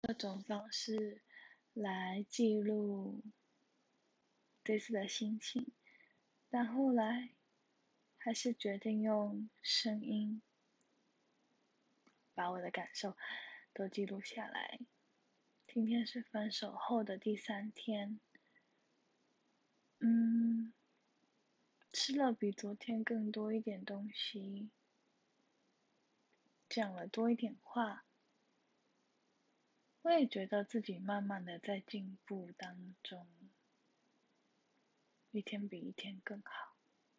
各种方式来记录这次的心情，但后来还是决定用声音把我的感受都记录下来。今天是分手后的第3天，吃了比昨天更多一点东西，讲了多一点话，我也觉得自己慢慢的在进步当中，一天比一天更好。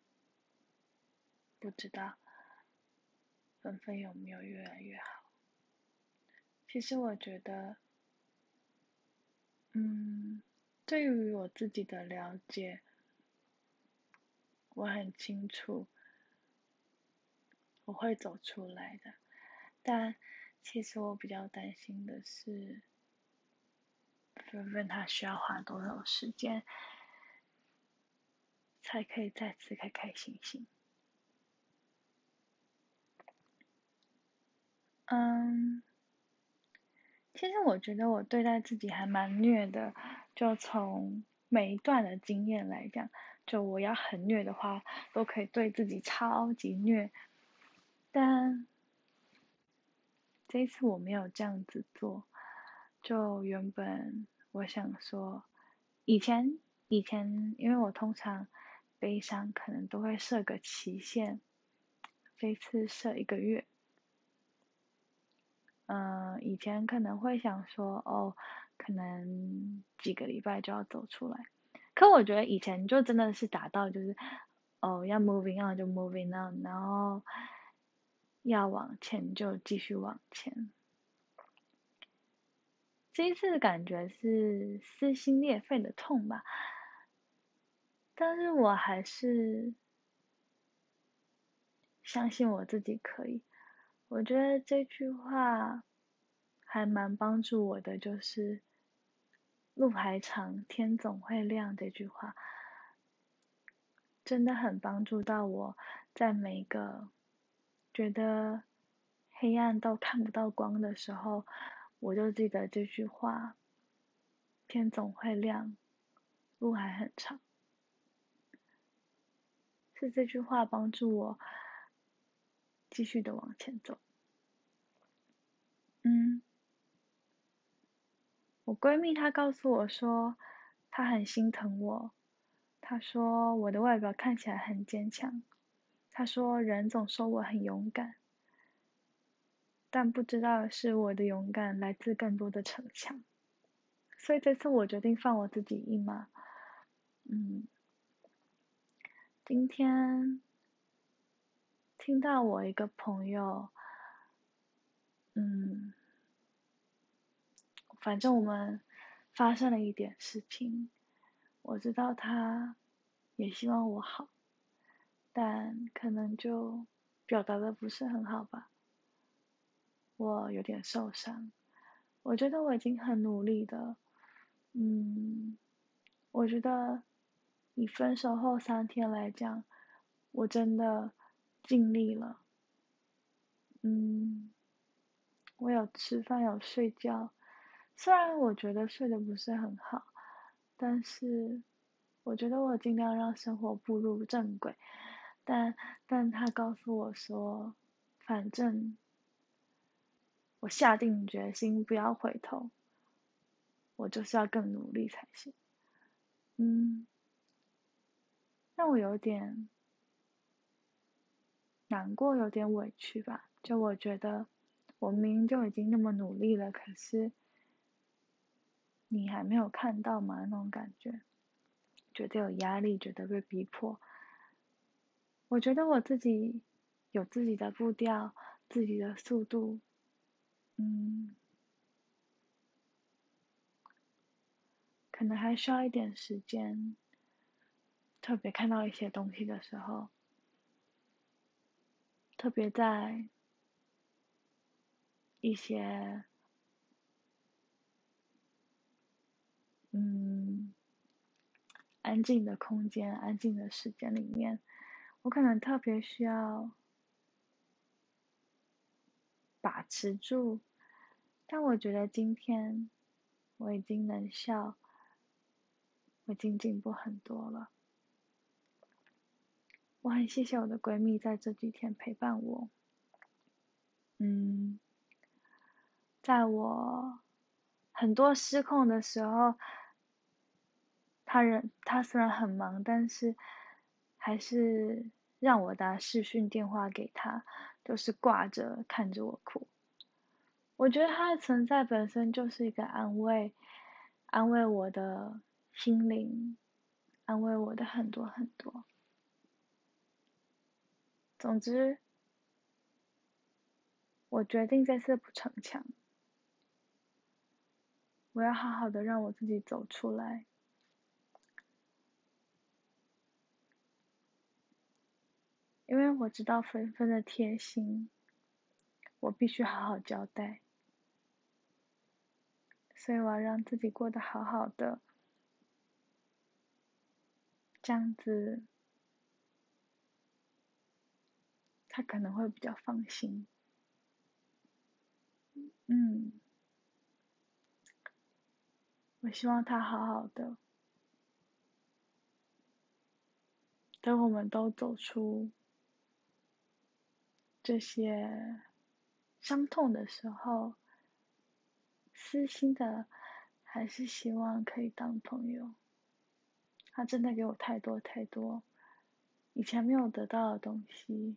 不知道芬芬有没有越来越好？其实我觉得，对于我自己的了解，我很清楚我会走出来的。但其实我比较担心的是，芬芬她需要花多少时间，才可以再次开开心心。其实我觉得我对待自己还蛮虐的，就从每一段的经验来讲，就我要很虐的话，都可以对自己超级虐。但这一次我没有这样子做，就原本我想说，以前因为我通常悲伤可能都会设个期限，这一次设1个月。以前可能会想说，可能几个礼拜就要走出来。可我觉得以前就真的是达到就是，要 moving on 就 moving on，然后要往前就继续往前。这一次感觉是撕心裂肺的痛吧，但是我还是相信我自己可以。我觉得这句话还蛮帮助我的，就是路还长，天总会亮这句话，真的很帮助到我，在每一个觉得黑暗到看不到光的时候，我就记得这句话，天总会亮，路还很长。是这句话帮助我继续的往前走。我闺蜜她告诉我说，她很心疼我。她说我的外表看起来很坚强。她说人总说我很勇敢，但不知道是我的勇敢来自更多的逞强。所以这次我决定放我自己一马。今天听到我一个朋友，反正我们发生了一点事情，我知道他也希望我好，但可能就表达的不是很好吧，我有点受伤。我觉得我已经很努力的，我觉得以分手后3天来讲，我真的尽力了。我有吃饭，有睡觉，虽然我觉得睡得不是很好，但是我觉得我尽量让生活步入正轨。但他告诉我说，反正我下定决心不要回头，我就是要更努力才行。让我有点难过，有点委屈吧。就我觉得我明明就已经那么努力了，可是你还没有看到吗？那种感觉，觉得有压力，觉得被逼迫。我觉得我自己有自己的步调，自己的速度，可能还需要一点时间。特别看到一些东西的时候，特别在一些安静的空间、安静的时间里面，我可能特别需要把持住但我觉得今天我已经能笑，我已经进步很多了。我很谢谢我的闺蜜在这几天陪伴我。在我很多失控的时候，她虽然很忙，但是还是让我打视讯电话给她，就是挂着看着我哭。我觉得她的存在本身就是一个安慰，安慰我的心灵，安慰我的很多很多。总之，我决定这次不逞强，我要好好的让我自己走出来。因为我知道纷纷的贴心，我必须好好交代，所以我要让自己过得好好的，这样子他可能会比较放心。嗯，我希望他好好的，等我们都走出这些伤痛的时候，私心的还是希望可以当朋友。他真的给我太多太多以前没有得到的东西，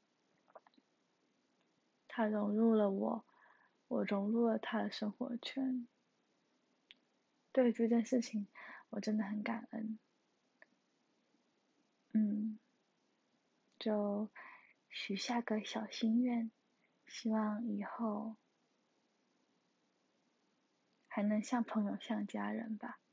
他融入了我，我融入了他的生活圈。对于这件事情，我真的很感恩。就许下个小心愿，希望以后还能像朋友像家人吧。